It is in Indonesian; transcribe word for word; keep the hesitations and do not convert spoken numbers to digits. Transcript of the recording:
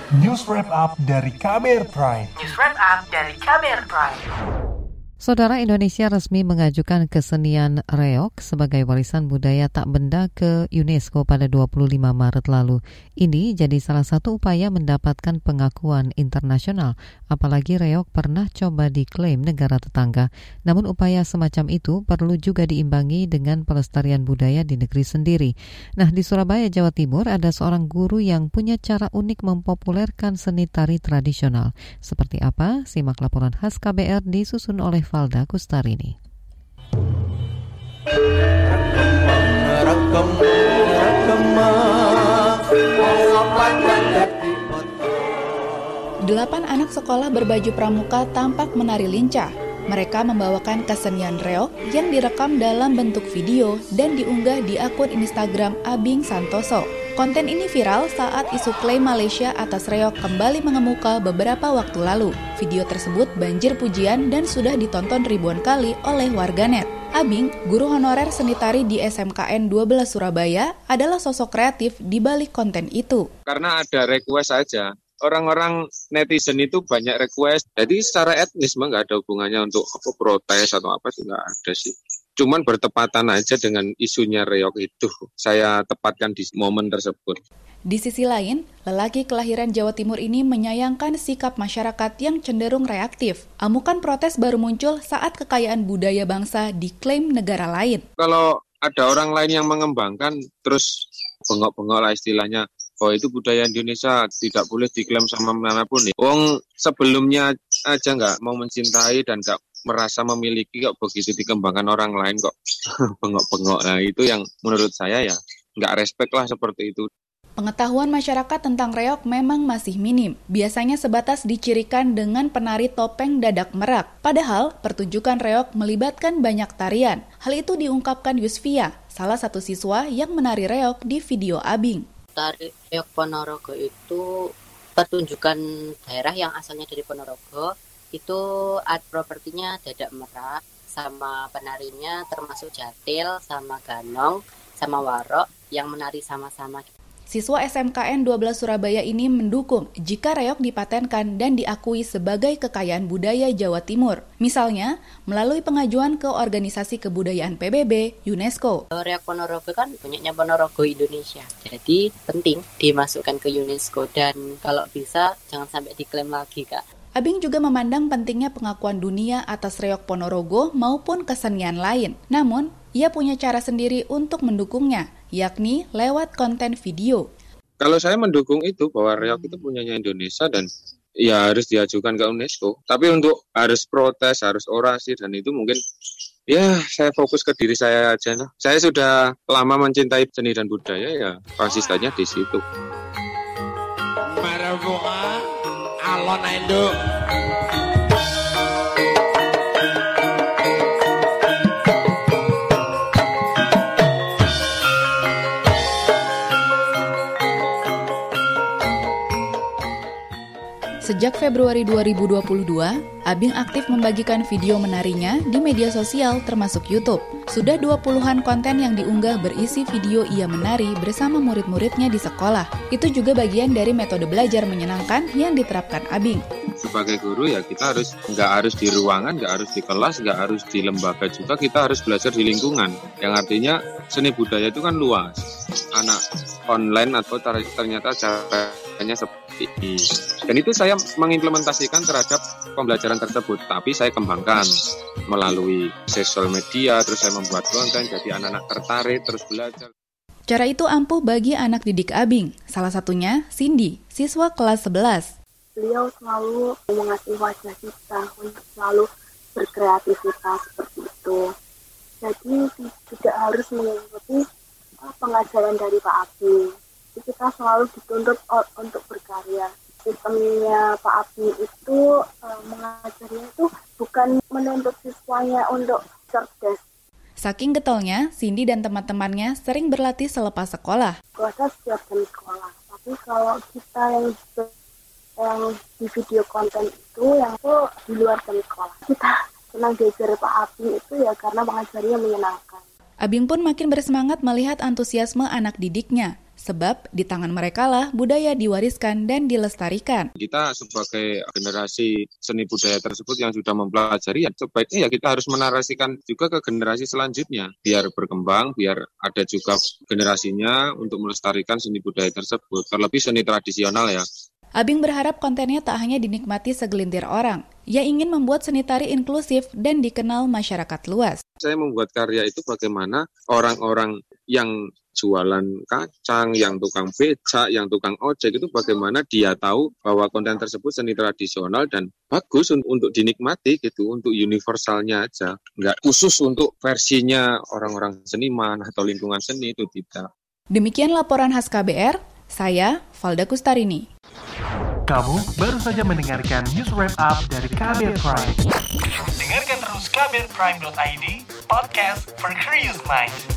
News Wrap Up dari K B R Prime. News Wrap Up dari K B R Prime. Saudara, Indonesia resmi mengajukan kesenian reog sebagai warisan budaya tak benda ke UNESCO pada dua puluh lima Maret lalu. Ini jadi salah satu upaya mendapatkan pengakuan internasional, apalagi reog pernah coba diklaim negara tetangga. Namun upaya semacam itu perlu juga diimbangi dengan pelestarian budaya di negeri sendiri. Nah, di Surabaya, Jawa Timur ada seorang guru yang punya cara unik mempopulerkan seni tari tradisional. Seperti apa? Simak laporan khas K B R disusun oleh Valda Kustarini. Delapan anak sekolah berbaju pramuka tampak menari lincah. Mereka membawakan kesenian reog yang direkam dalam bentuk video dan diunggah di akun Instagram Abing Santoso. Konten ini viral saat isu klaim Malaysia atas reog kembali mengemuka beberapa waktu lalu. Video tersebut banjir pujian dan sudah ditonton ribuan kali oleh warganet. Abing, guru honorer seni tari di S M K N dua belas Surabaya, adalah sosok kreatif di balik konten itu. Karena ada request saja. Orang-orang netizen itu banyak request, jadi secara etnis mah nggak ada hubungannya untuk apa protes atau apa sih, nggak ada sih. Cuman bertepatan aja dengan isunya reog itu, saya tepatkan di momen tersebut. Di sisi lain, lelaki kelahiran Jawa Timur ini menyayangkan sikap masyarakat yang cenderung reaktif. Amukan protes baru muncul saat kekayaan budaya bangsa diklaim negara lain. Kalau ada orang lain yang mengembangkan, terus bengok-bengok lah istilahnya, oh itu budaya Indonesia tidak boleh diklaim sama manapun. Wong sebelumnya aja nggak mau mencintai dan nggak merasa memiliki, kok begitu dikembangkan orang lain kok bengok-bengok. Nah itu yang menurut saya ya nggak respect lah seperti itu. Pengetahuan masyarakat tentang reog memang masih minim. Biasanya sebatas dicirikan dengan penari topeng dadak merak. Padahal pertunjukan reog melibatkan banyak tarian. Hal itu diungkapkan Yusfia, salah satu siswa yang menari reog di video Abing. Tari reog Ponorogo itu pertunjukan daerah yang asalnya dari Ponorogo. Itu art propertinya dadak merak, sama penarinya termasuk jatil, sama ganong, sama warok yang menari sama-sama. Siswa S M K N dua belas Surabaya ini mendukung jika reog dipatenkan dan diakui sebagai kekayaan budaya Jawa Timur. Misalnya, melalui pengajuan ke Organisasi Kebudayaan P B B, UNESCO. Reog Ponorogo kan punyanya Ponorogo Indonesia, jadi penting dimasukkan ke UNESCO dan kalau bisa jangan sampai diklaim lagi, Kak. Abing juga memandang pentingnya pengakuan dunia atas reog Ponorogo maupun kesenian lain. Namun, ia punya cara sendiri untuk mendukungnya, yakni lewat konten video. Kalau saya mendukung itu bahwa reog itu punyanya Indonesia dan ya harus diajukan ke UNESCO. Tapi untuk harus protes, harus orasi dan itu mungkin ya saya fokus ke diri saya aja. Nah. Saya sudah lama mencintai seni dan budaya, ya konsistennya di situ. Marabuka alon induk. Sejak Februari dua ribu dua puluh dua, Abing aktif membagikan video menarinya di media sosial termasuk YouTube. Sudah dua puluhan konten yang diunggah berisi video ia menari bersama murid-muridnya di sekolah. Itu juga bagian dari metode belajar menyenangkan yang diterapkan Abing. Sebagai guru ya kita harus nggak harus di ruangan, nggak harus di kelas, nggak harus di lembaga juga, kita harus belajar di lingkungan. Yang artinya seni budaya itu kan luas. Anak online atau ternyata caranya seperti ini. Dan itu saya mengimplementasikan terhadap pembelajaran tersebut, tapi saya kembangkan melalui sosial media, terus saya membuat konten, jadi anak-anak tertarik, terus belajar. Cara itu ampuh bagi anak didik Abing, salah satunya Cindy, siswa kelas sebelas. Beliau selalu mengasih wajah kita untuk selalu berkreativitas seperti itu. Jadi tidak harus mengikuti pengajaran dari Pak Abing. Kita selalu dituntut untuk berkarya. Sistemnya Pak Abing itu uh, mengajarnya itu bukan menuntut siswanya untuk cerdas. Saking getolnya, Cindy dan teman-temannya sering berlatih selepas sekolah. Puasa setiap jam sekolah. Tapi kalau kita yang yang di video konten itu yang itu di luar jam sekolah. Kita senang diajar Pak Abing itu ya karena pengajarnya menyenangkan. Abing pun makin bersemangat melihat antusiasme anak didiknya. Sebab di tangan merekalah budaya diwariskan dan dilestarikan. Kita sebagai generasi seni budaya tersebut yang sudah mempelajari, ya sebaiknya ya kita harus menarasikan juga ke generasi selanjutnya. Biar berkembang, biar ada juga generasinya untuk melestarikan seni budaya tersebut. Terlebih seni tradisional ya. Abing berharap kontennya tak hanya dinikmati segelintir orang. Ia ingin membuat seni tari inklusif dan dikenal masyarakat luas. Saya membuat karya itu bagaimana orang-orang yang jualan kacang, yang tukang becak, yang tukang ojek itu bagaimana dia tahu bahwa konten tersebut seni tradisional dan bagus untuk dinikmati gitu, untuk universalnya aja. Nggak khusus untuk versinya orang-orang seniman atau lingkungan seni, itu tidak. Demikian laporan khas K B R, saya Valda Kustarini. Kamu baru saja mendengarkan news wrap up dari K B R Prime. Dengarkan terus k b r prime dot i d, podcast for curious minds.